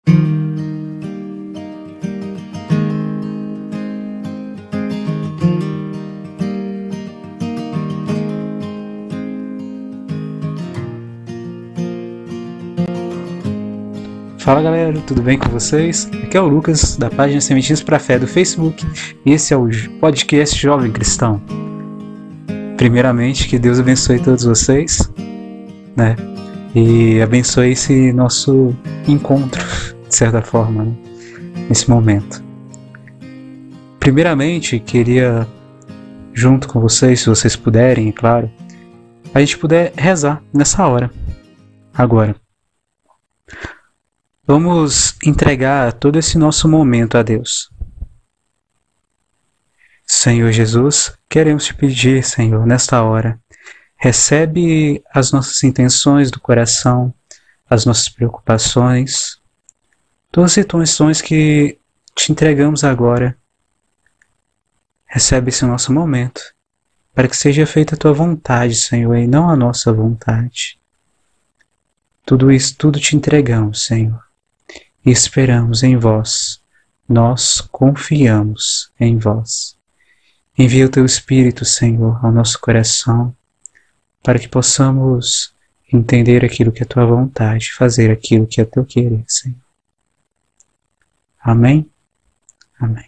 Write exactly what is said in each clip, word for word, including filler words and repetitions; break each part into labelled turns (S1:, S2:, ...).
S1: Fala galera, tudo bem com vocês? Aqui é o Lucas, da página Sementinhas para Fé do Facebook, e esse é o podcast Jovem Cristão. Primeiramente, que Deus abençoe todos vocês, né? E abençoe esse nosso encontro, de certa forma, né? Nesse momento. Primeiramente, queria, junto com vocês, se vocês puderem, é claro, a gente puder rezar nessa hora, agora. Vamos entregar todo esse nosso momento a Deus. Senhor Jesus, queremos te pedir, Senhor, nesta hora, recebe as nossas intenções do coração, as nossas preocupações, todas as situações que te entregamos agora. Recebe esse nosso momento, para que seja feita a tua vontade, Senhor, e não a nossa vontade. Tudo isso, tudo te entregamos, Senhor. E esperamos em vós, nós confiamos em vós. Envia o teu Espírito, Senhor, ao nosso coração, para que possamos entender aquilo que é tua vontade, fazer aquilo que é teu querer, Senhor. Amém? Amém.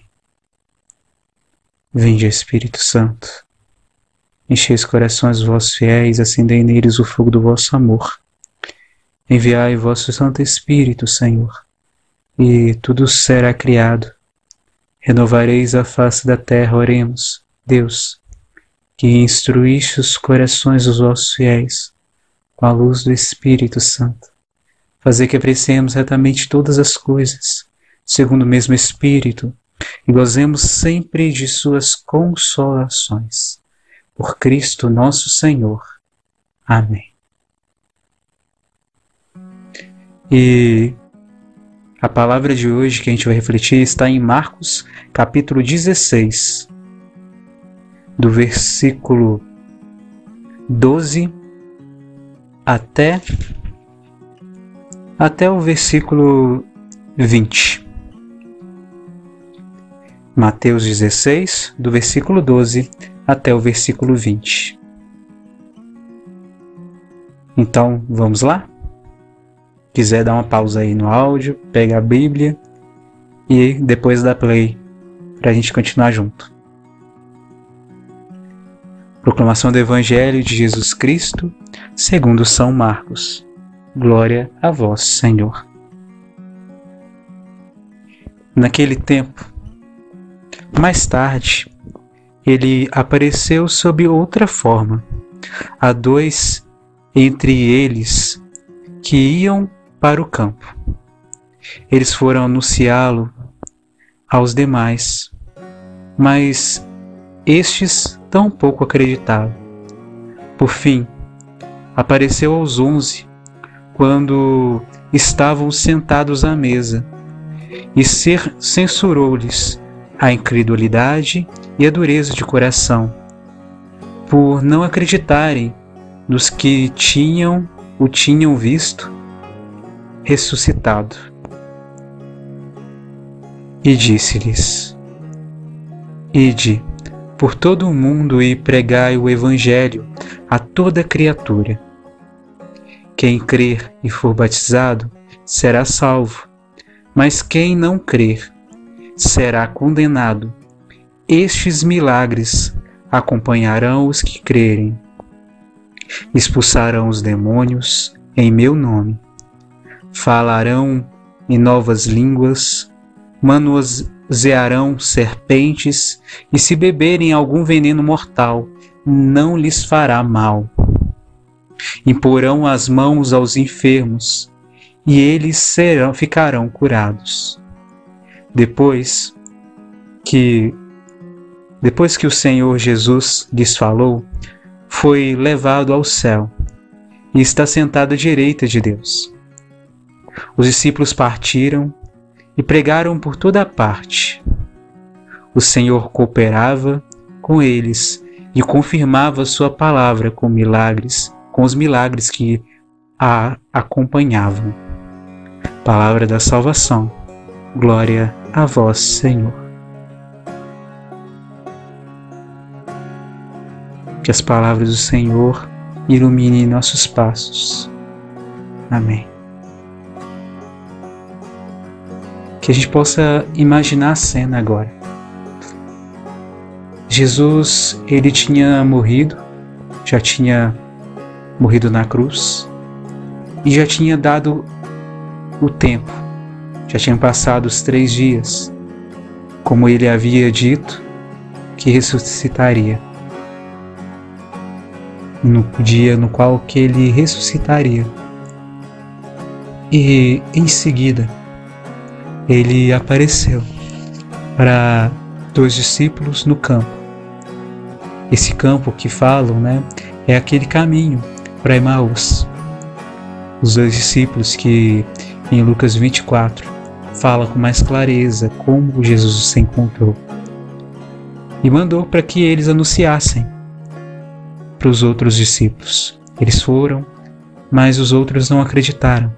S1: Vinde, Espírito Santo, enchei os corações dos vossos fiéis, acendei neles o fogo do vosso amor. Enviai o vosso Santo Espírito, Senhor, e tudo será criado. Renovareis a face da terra. Oremos, Deus, que instruíste os corações dos vossos fiéis com a luz do Espírito Santo. Fazer que apreciemos retamente todas as coisas, segundo o mesmo Espírito, e gozemos sempre de suas consolações. Por Cristo nosso Senhor. Amém. E a palavra de hoje que a gente vai refletir está em Marcos, capítulo dezesseis, do versículo doze até, até o versículo vinte. Mateus dezesseis, do versículo doze até o versículo vinte. Então, vamos lá? Quiser dar uma pausa aí no áudio, pega a Bíblia e depois dá play para a gente continuar junto. Proclamação do Evangelho de Jesus Cristo segundo São Marcos. Glória a vós, Senhor. Naquele tempo, mais tarde, ele apareceu sob outra forma a dois entre eles que iam para o campo. Eles foram anunciá-lo aos demais, mas estes tampouco acreditavam. Por fim, apareceu aos onze, quando estavam sentados à mesa, e censurou-lhes a incredulidade e a dureza de coração, por não acreditarem nos que tinham o tinham visto ressuscitado. E disse-lhes: Ide por todo o mundo e pregai o Evangelho a toda criatura. Quem crer e for batizado será salvo, mas quem não crer será condenado. Estes milagres acompanharão os que crerem. Expulsarão os demônios em meu nome. Falarão em novas línguas, manusearão serpentes, e se beberem algum veneno mortal, não lhes fará mal. Imporão as mãos aos enfermos, e eles serão, ficarão curados. Depois que, depois que o Senhor Jesus lhes falou, foi levado ao céu e está sentado à direita de Deus. Os discípulos partiram e pregaram por toda a parte. O Senhor cooperava com eles e confirmava sua palavra com milagres, com os milagres que a acompanhavam. Palavra da salvação. Glória a vós, Senhor. Que as palavras do Senhor iluminem nossos passos. Amém. Que a gente possa imaginar a cena agora. Jesus, ele tinha morrido, já tinha morrido na cruz e já tinha dado o tempo. Já tinham passado os três dias, como ele havia dito que ressuscitaria. No dia no qual que ele ressuscitaria. E em seguida, ele apareceu para dois discípulos no campo. Esse campo que falam, né, é aquele caminho para Emaús. Os dois discípulos que em Lucas vinte e quatro fala com mais clareza como Jesus se encontrou. E mandou para que eles anunciassem para os outros discípulos. Eles foram, mas os outros não acreditaram.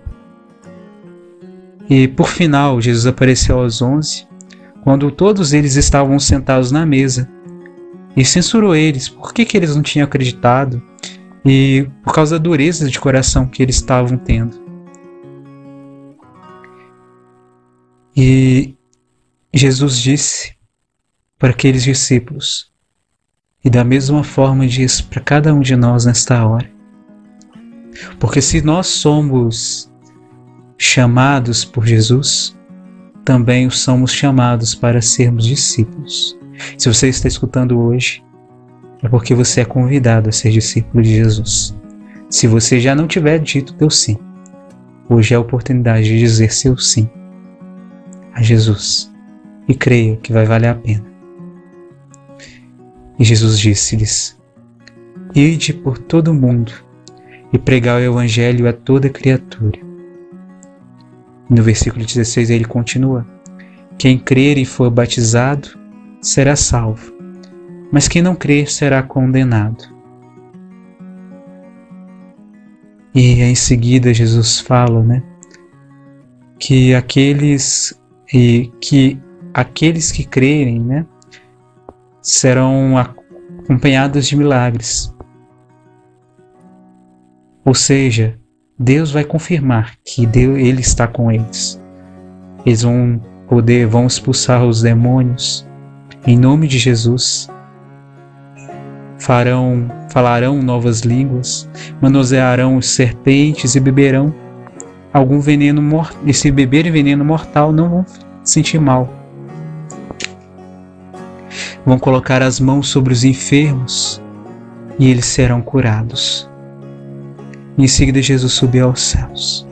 S1: E por final, Jesus apareceu aos onze, quando todos eles estavam sentados na mesa, e censurou eles, por que que eles não tinham acreditado, e por causa da dureza de coração que eles estavam tendo. E Jesus disse para aqueles discípulos, e da mesma forma diz para cada um de nós nesta hora, porque se nós somos chamados por Jesus, também os somos chamados para sermos discípulos. Se você está escutando hoje, é porque você é convidado a ser discípulo de Jesus. Se você já não tiver dito teu sim, hoje é a oportunidade de dizer seu sim a Jesus, e creia que vai valer a pena. E Jesus disse-lhes: ide por todo o mundo e pregai o Evangelho a toda criatura. No versículo dezesseis ele continua: quem crer e for batizado será salvo, mas quem não crer será condenado. E em seguida Jesus fala, né, que aqueles e que aqueles que crerem, né, serão acompanhados de milagres. Ou seja, Deus vai confirmar que Deus, Ele está com eles. Eles vão poder, vão expulsar os demônios em nome de Jesus. Farão, falarão novas línguas, manusearão serpentes e beberão algum veneno mortal. E se beberem veneno mortal, não vão sentir mal. Vão colocar as mãos sobre os enfermos e eles serão curados. Em seguida, Jesus subiu aos céus.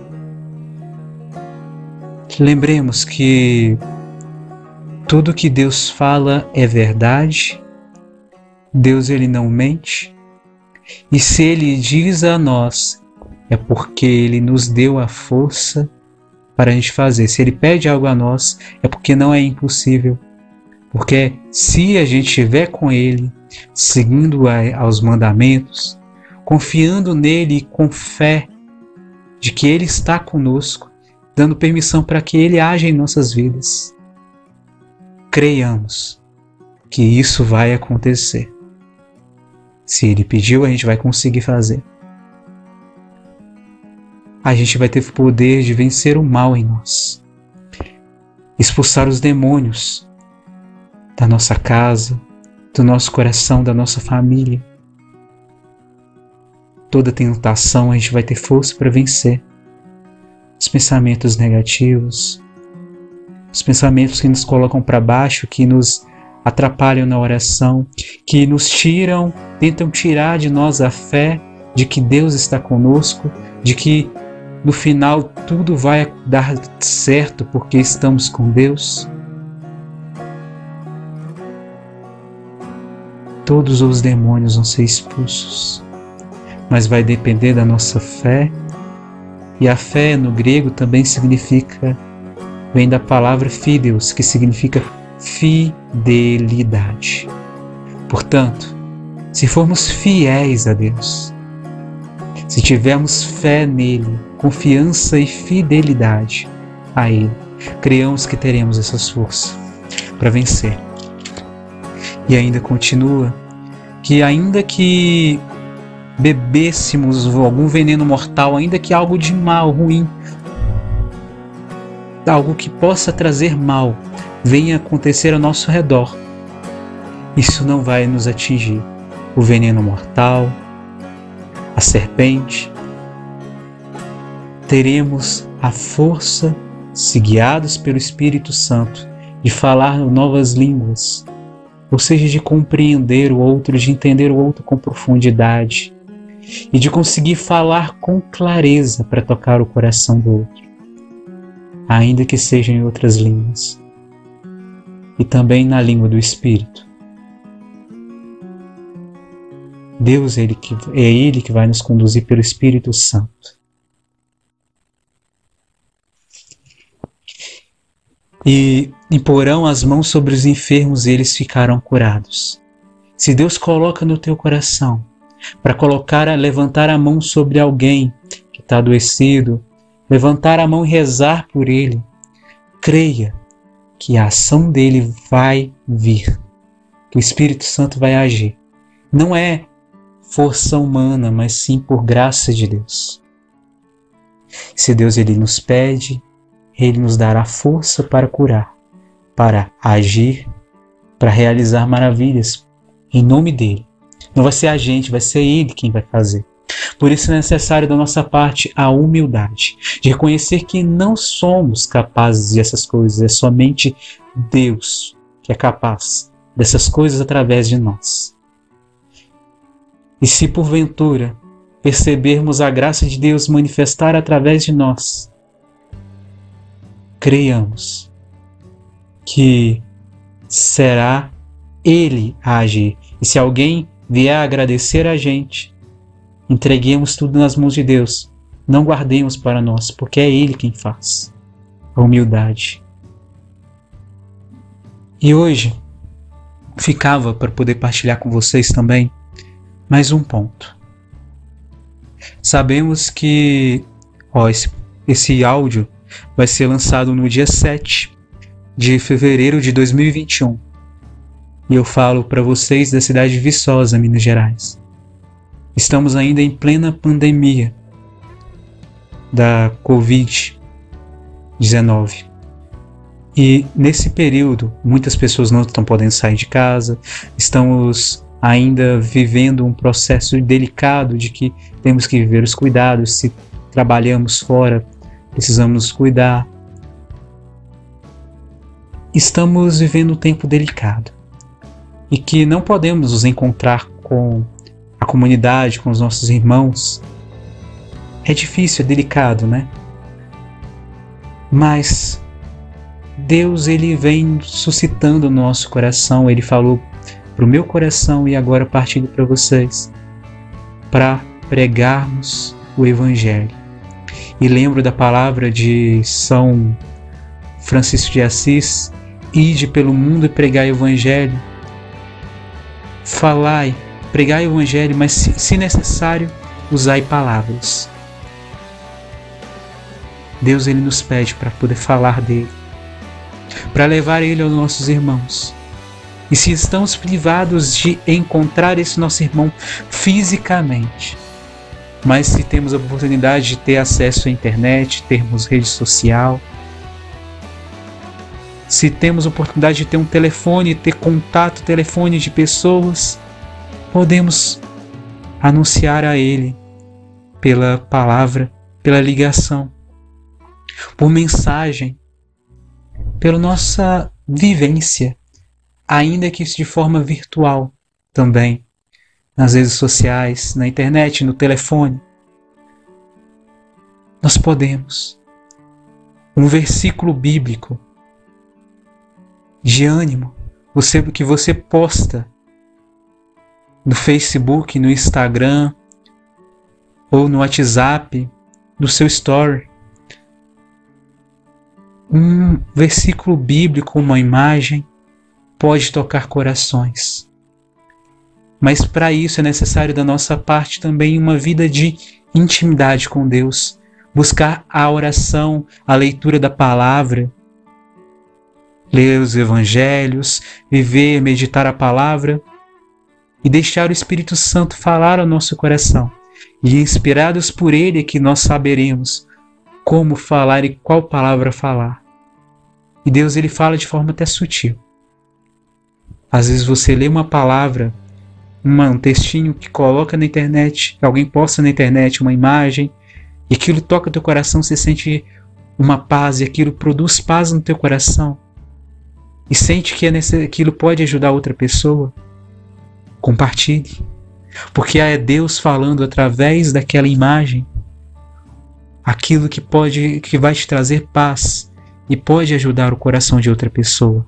S1: Lembremos que tudo que Deus fala é verdade. Deus, ele não mente. E se ele diz a nós, é porque ele nos deu a força para a gente fazer. Se ele pede algo a nós, é porque não é impossível. Porque se a gente estiver com ele, seguindo a, aos mandamentos, confiando nele com fé de que ele está conosco, dando permissão para que ele haja em nossas vidas, creiamos que isso vai acontecer. Se ele pediu, a gente vai conseguir fazer. A gente vai ter poder de vencer o mal em nós, expulsar os demônios da nossa casa, do nosso coração, da nossa família. Toda tentação a gente vai ter força para vencer. Os pensamentos negativos, os pensamentos que nos colocam para baixo, que nos atrapalham na oração, que nos tiram, tentam tirar de nós a fé de que Deus está conosco, de que no final tudo vai dar certo porque estamos com Deus. Todos os demônios vão ser expulsos, mas vai depender da nossa fé. E a fé no grego também significa, vem da palavra fideus, que significa fidelidade. Portanto, se formos fiéis a Deus, Se tivermos fé nele, confiança e fidelidade a ele, creamos que teremos essas forças para vencer. E ainda continua que ainda que bebêssemos algum veneno mortal, ainda que algo de mal, ruim, algo que possa trazer mal, venha acontecer ao nosso redor, isso não vai nos atingir. O veneno mortal, a serpente, teremos a força, se guiados pelo Espírito Santo, de falar novas línguas, ou seja, de compreender o outro, de entender o outro com profundidade e de conseguir falar com clareza para tocar o coração do outro, ainda que seja em outras línguas e também na língua do Espírito. Deus ele que, é Ele que vai nos conduzir pelo Espírito Santo. E imporão as mãos sobre os enfermos e eles ficarão curados. Se Deus coloca no teu coração para colocar, levantar a mão sobre alguém que está adoecido, levantar a mão e rezar por ele, creia que a ação dele vai vir, que o Espírito Santo vai agir. Não é força humana, mas sim por graça de Deus. Se Deus ele nos pede, Ele nos dará força para curar, para agir, para realizar maravilhas em nome dEle. Não vai ser a gente, vai ser Ele quem vai fazer. Por isso é necessário da nossa parte a humildade, de reconhecer que não somos capazes dessas coisas, é somente Deus que é capaz dessas coisas através de nós. E se porventura percebermos a graça de Deus manifestar através de nós, creiamos que será Ele a agir. E se alguém vier a agradecer a gente, entreguemos tudo nas mãos de Deus. Não guardemos para nós, porque é Ele quem faz. A humildade. E hoje ficava para poder partilhar com vocês também mais um ponto. Sabemos que ó, esse, esse áudio vai ser lançado no dia sete de fevereiro de dois mil e vinte e um. E eu falo para vocês da cidade de Viçosa, Minas Gerais. Estamos ainda em plena pandemia da covid dezenove. E nesse período, muitas pessoas não estão podendo sair de casa, estamos ainda vivendo um processo delicado de que temos que viver os cuidados. Se trabalhamos fora, precisamos nos cuidar. Estamos vivendo um tempo delicado e que não podemos nos encontrar com a comunidade, com os nossos irmãos. É difícil, é delicado, né? Mas Deus ele vem suscitando no nosso coração. Ele falou para o meu coração e agora partilho para vocês, para pregarmos o Evangelho. E lembro da palavra de São Francisco de Assis: ide pelo mundo e pregai o Evangelho. Falai, pregai o Evangelho, mas se, se necessário, usai palavras. Deus ele nos pede para poder falar dele, para levar ele aos nossos irmãos. E se estamos privados de encontrar esse nosso irmão fisicamente, mas se temos a oportunidade de ter acesso à internet, termos rede social, se temos a oportunidade de ter um telefone, ter contato, telefone de pessoas, podemos anunciar a ele pela palavra, pela ligação, por mensagem, pela nossa vivência, ainda que de forma virtual também, nas redes sociais, na internet, no telefone. Nós podemos. Um versículo bíblico de ânimo, você, que você posta no Facebook, no Instagram ou no WhatsApp, no seu story. Um versículo bíblico, uma imagem, pode tocar corações. Mas para isso é necessário da nossa parte também uma vida de intimidade com Deus, buscar a oração, a leitura da palavra, ler os evangelhos, viver, meditar a palavra e deixar o Espírito Santo falar ao nosso coração. E inspirados por Ele é que nós saberemos como falar e qual palavra falar. E Deus, Ele fala de forma até sutil. Às vezes você lê uma palavra, uma, um textinho que coloca na internet, que alguém posta na internet, uma imagem, e aquilo toca teu coração, você sente uma paz, e aquilo produz paz no teu coração, e sente que é nesse, aquilo pode ajudar outra pessoa. Compartilhe, porque é Deus falando através daquela imagem, aquilo que pode, que vai te trazer paz e pode ajudar o coração de outra pessoa.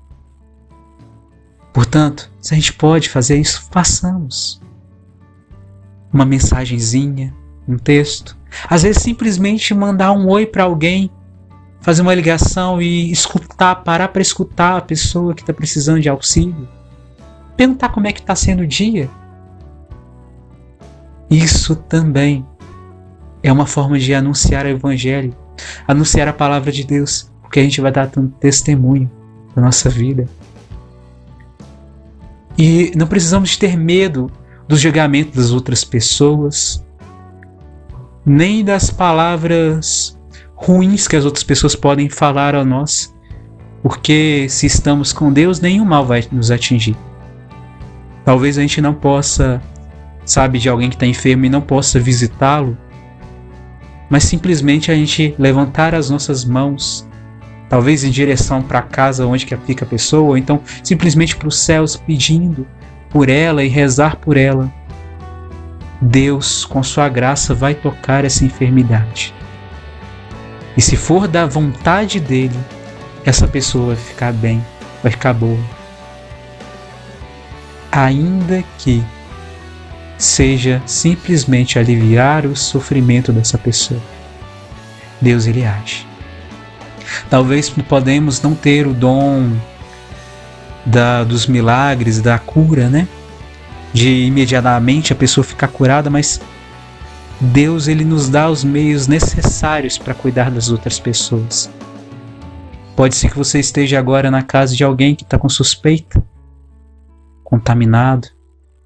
S1: Portanto, se a gente pode fazer isso, façamos. Uma mensagenzinha, um texto. Às vezes simplesmente mandar um oi para alguém, fazer uma ligação e escutar, parar para escutar a pessoa que está precisando de auxílio. Perguntar como é que está sendo o dia. Isso também é uma forma de anunciar o Evangelho, anunciar a palavra de Deus, porque a gente vai dar um testemunho da nossa vida. E não precisamos ter medo do julgamento das outras pessoas, nem das palavras ruins que as outras pessoas podem falar a nós, porque se estamos com Deus, nenhum mal vai nos atingir. Talvez a gente não possa, sabe, de alguém que está enfermo e não possa visitá-lo, mas simplesmente a gente levantar as nossas mãos, talvez em direção para a casa onde que fica a pessoa, ou então simplesmente para os céus pedindo por ela e rezar por ela. Deus, com sua graça, vai tocar essa enfermidade. E se for da vontade dele, essa pessoa vai ficar bem, vai ficar boa. Ainda que seja simplesmente aliviar o sofrimento dessa pessoa, Deus, ele age. Talvez podemos não ter o dom da, dos milagres, da cura, né? De imediatamente a pessoa ficar curada, mas Deus, ele nos dá os meios necessários para cuidar das outras pessoas. Pode ser que você esteja agora na casa de alguém que está com suspeita, contaminado.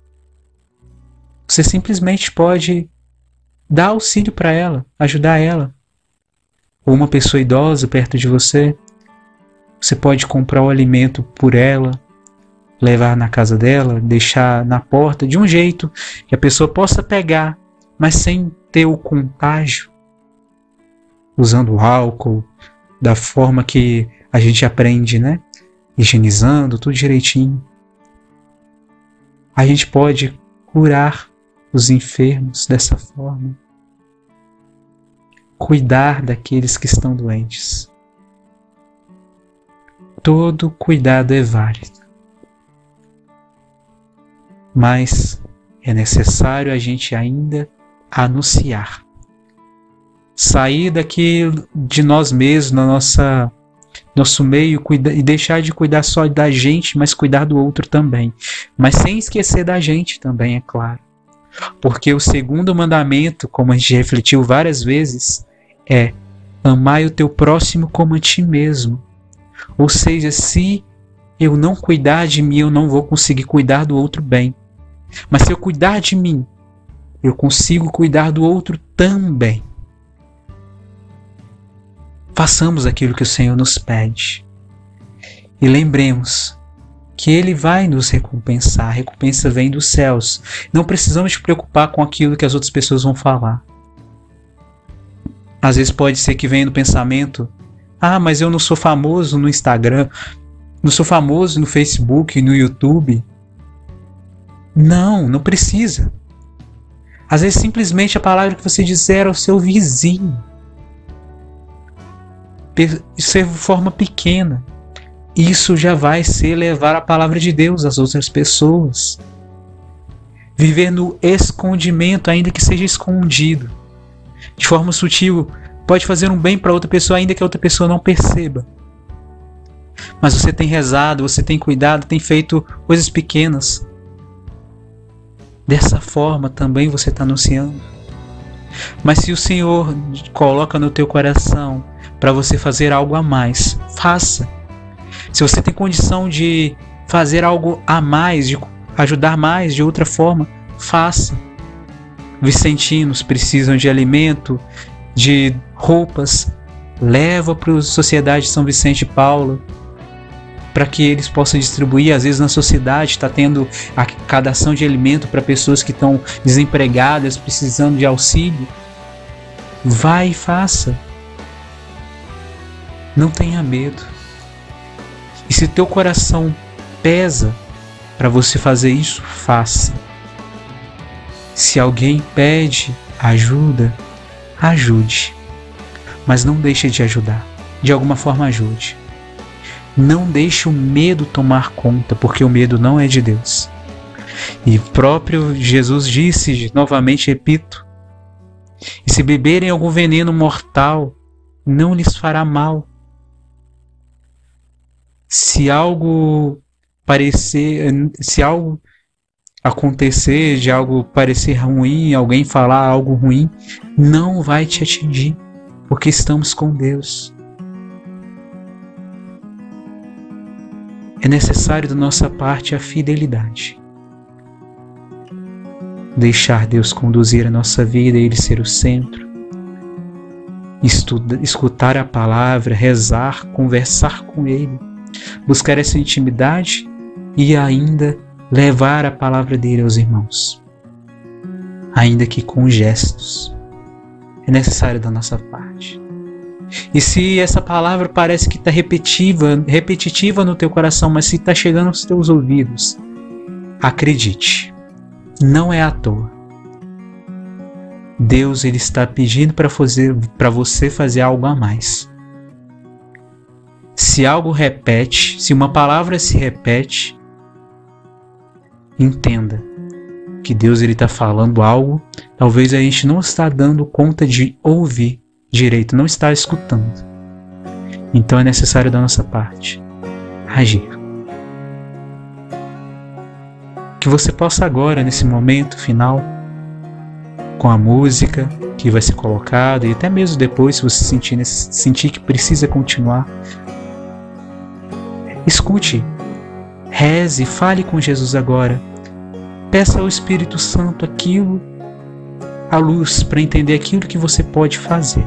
S1: Você simplesmente pode dar auxílio para ela, ajudar ela. Ou uma pessoa idosa perto de você, você pode comprar o alimento por ela, levar na casa dela, deixar na porta, de um jeito que a pessoa possa pegar, mas sem ter o contágio, usando álcool, da forma que a gente aprende, né? Higienizando, tudo direitinho. A gente pode curar os enfermos dessa forma. Cuidar daqueles que estão doentes. Todo cuidado é válido. Mas é necessário a gente ainda anunciar. Sair daqui de nós mesmos, na nossa, nosso meio, cuida, e deixar de cuidar só da gente, mas cuidar do outro também. Mas sem esquecer da gente também, é claro. Porque o segundo mandamento, como a gente refletiu várias vezes, é amar o teu próximo como a ti mesmo. Ou seja, se eu não cuidar de mim, eu não vou conseguir cuidar do outro bem. Mas se eu cuidar de mim, eu consigo cuidar do outro também. Façamos aquilo que o Senhor nos pede. E lembremos que Ele vai nos recompensar. A recompensa vem dos céus. Não precisamos nos preocupar com aquilo que as outras pessoas vão falar. Às vezes pode ser que venha no pensamento: ah, mas eu não sou famoso no Instagram, não sou famoso no Facebook, no YouTube. Não, não precisa. Às vezes simplesmente a palavra que você disser ao seu vizinho, isso é de forma pequena, isso já vai ser levar a palavra de Deus às outras pessoas. Viver no escondimento, ainda que seja escondido, de forma sutil, pode fazer um bem para outra pessoa, ainda que a outra pessoa não perceba. Mas você tem rezado, você tem cuidado, tem feito coisas pequenas. Dessa forma também você está anunciando. Mas se o Senhor coloca no teu coração para você fazer algo a mais, faça. Se você tem condição de fazer algo a mais, de ajudar mais de outra forma, faça. Vicentinos precisam de alimento, de roupas, leva para a Sociedade São Vicente e Paula, para que eles possam distribuir. Às vezes na sociedade está tendo arrecadação de alimento para pessoas que estão desempregadas, precisando de auxílio. Vai e faça. Não tenha medo. E se teu coração pesa para você fazer isso, faça. Se alguém pede ajuda, ajude. Mas não deixe de ajudar. De alguma forma ajude. Não deixe o medo tomar conta, porque o medo não é de Deus. E o próprio Jesus disse, novamente repito, e se beberem algum veneno mortal, não lhes fará mal. Se algo parecer, se algo acontecer, de algo parecer ruim, alguém falar algo ruim, não vai te atingir, porque estamos com Deus. É necessário da nossa parte a fidelidade. Deixar Deus conduzir a nossa vida, Ele ser o centro. Estuda, escutar a palavra, rezar, conversar com Ele. Buscar essa intimidade e ainda levar a palavra dele aos irmãos. Ainda que com gestos. É necessário da nossa parte. E se essa palavra parece que está repetitiva, repetitiva no teu coração, mas se está chegando aos teus ouvidos, acredite, não é à toa. Deus ele está pedindo para fazer, para você fazer algo a mais. Se algo repete, se uma palavra se repete, entenda que Deus ele está falando algo, talvez a gente não está dando conta de ouvir direito, não está escutando. Então é necessário da nossa parte agir. Que você possa agora, nesse momento final, com a música que vai ser colocada, e até mesmo depois, se você sentir, nesse, sentir que precisa continuar, escute, reze, fale com Jesus agora. Peça ao Espírito Santo aquilo, a luz, para entender aquilo que você pode fazer.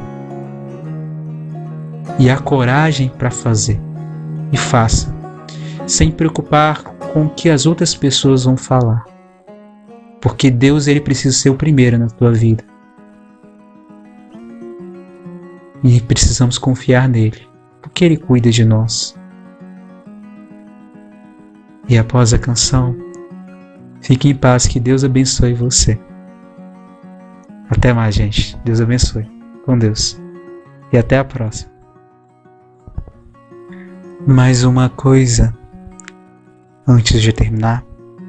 S1: E a coragem para fazer. E faça, sem preocupar com o que as outras pessoas vão falar. Porque Deus ele precisa ser o primeiro na tua vida. E precisamos confiar nele, porque ele cuida de nós. E após a canção, fique em paz, que Deus abençoe você. Até mais, gente. Deus abençoe. Com Deus. E até a próxima. Mais uma coisa, antes de terminar.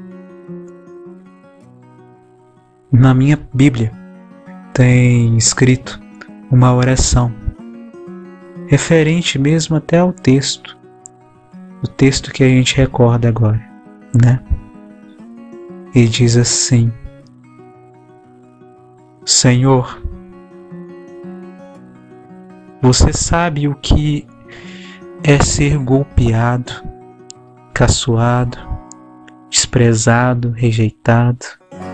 S1: Na minha Bíblia tem escrito uma oração referente mesmo até ao texto. O texto que a gente recorda agora, né? E diz assim: Senhor, você sabe o que é ser golpeado, caçoado, desprezado, rejeitado.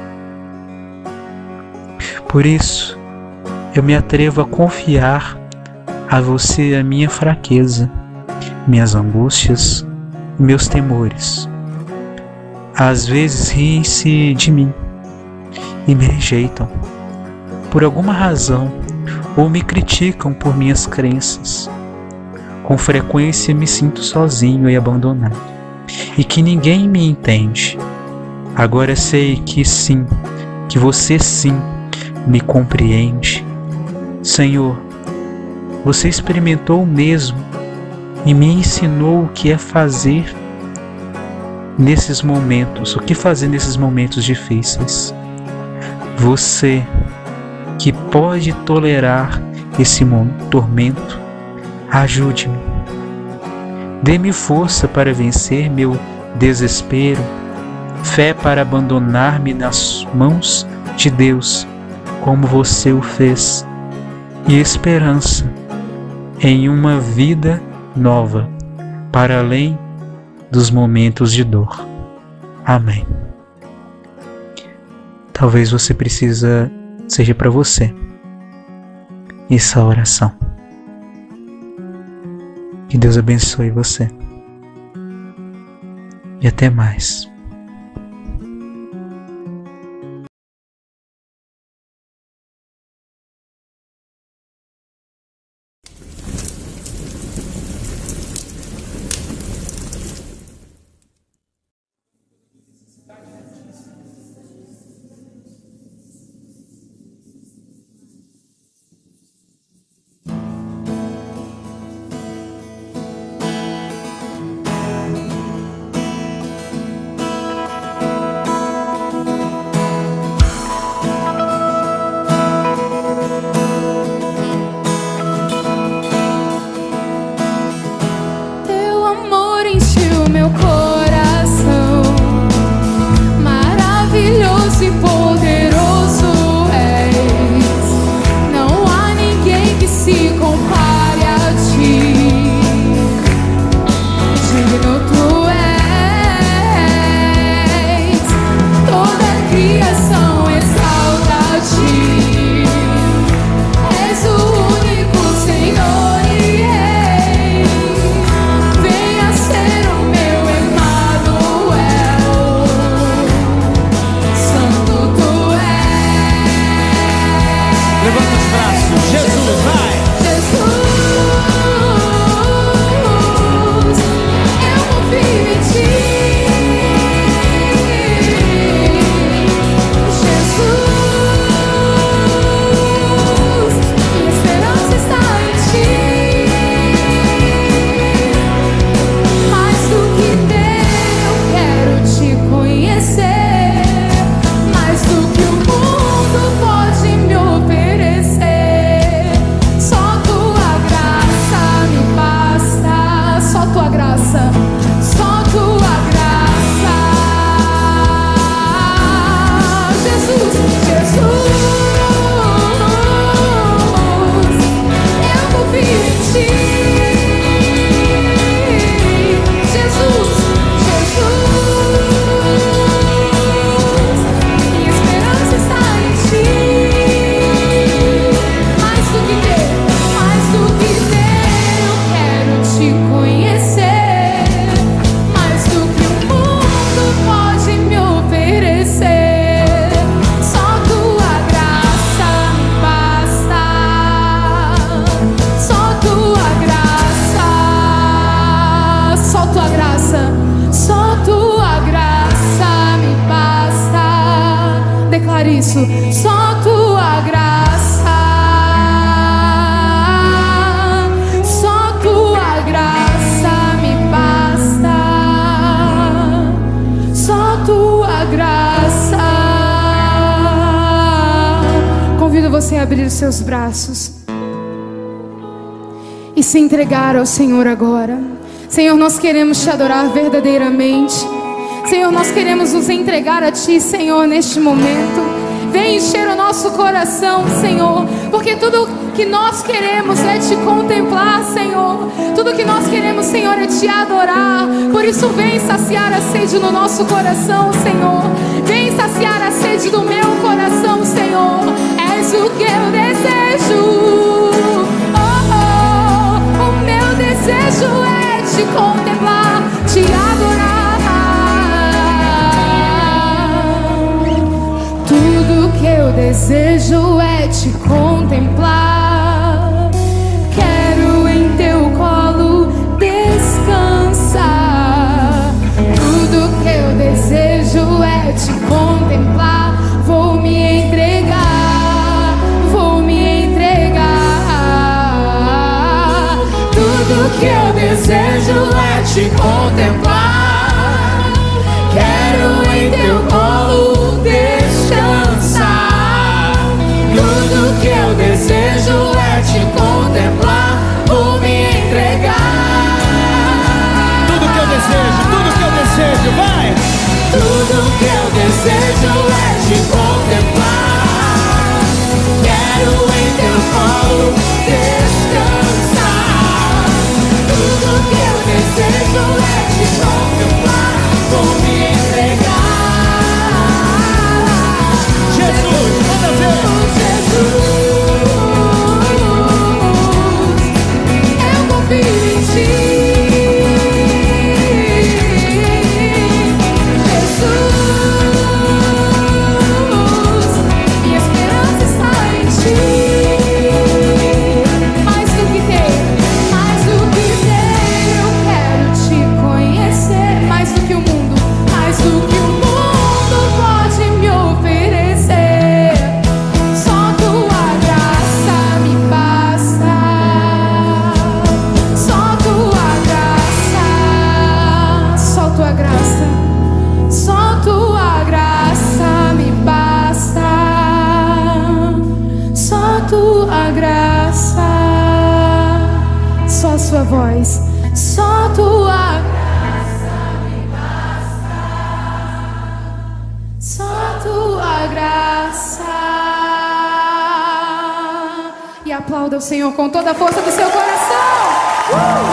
S1: Por isso, eu me atrevo a confiar a você a minha fraqueza, minhas angústias e meus temores. Às vezes riem-se de mim e me rejeitam por alguma razão ou me criticam por minhas crenças. Com frequência me sinto sozinho e abandonado e que ninguém me entende. Agora sei que sim, que você sim me compreende. Senhor, você experimentou o mesmo e me ensinou o que é fazer nesses momentos, o que fazer nesses momentos difíceis. Você que pode tolerar esse tormento, ajude-me. Dê-me força para vencer meu desespero fé para abandonar-me nas mãos de Deus, como você o fez, e esperança em uma vida nova, para além dos momentos de dor. Amém. Talvez você precisa, seja para você, essa oração. Que Deus abençoe você. E até mais.
S2: Isso, só tua graça, só tua graça me basta, só tua graça. Convido você a abrir os seus braços e se entregar ao Senhor agora. Senhor, nós queremos te adorar verdadeiramente. Senhor, nós queremos nos entregar a Ti, Senhor, neste momento. Vem encher o nosso coração, Senhor, porque tudo que nós queremos é Te contemplar, Senhor. Tudo que nós queremos, Senhor, é Te adorar. Por isso vem saciar a sede no nosso coração, Senhor. Vem saciar a sede do meu coração, Senhor. És o que eu desejo. Oh, oh, o meu desejo é Te contemplar, Te adorar. Tudo que eu desejo é Te contemplar. Quero em Teu colo descansar. Tudo que eu desejo é Te contemplar. Vou me entregar, vou me entregar. Tudo que eu desejo é Te contemplar. Quero em Teu colo descansar. Tudo que eu desejo Só tua só tua graça. E aplauda o Senhor com toda a força do seu coração. Uh!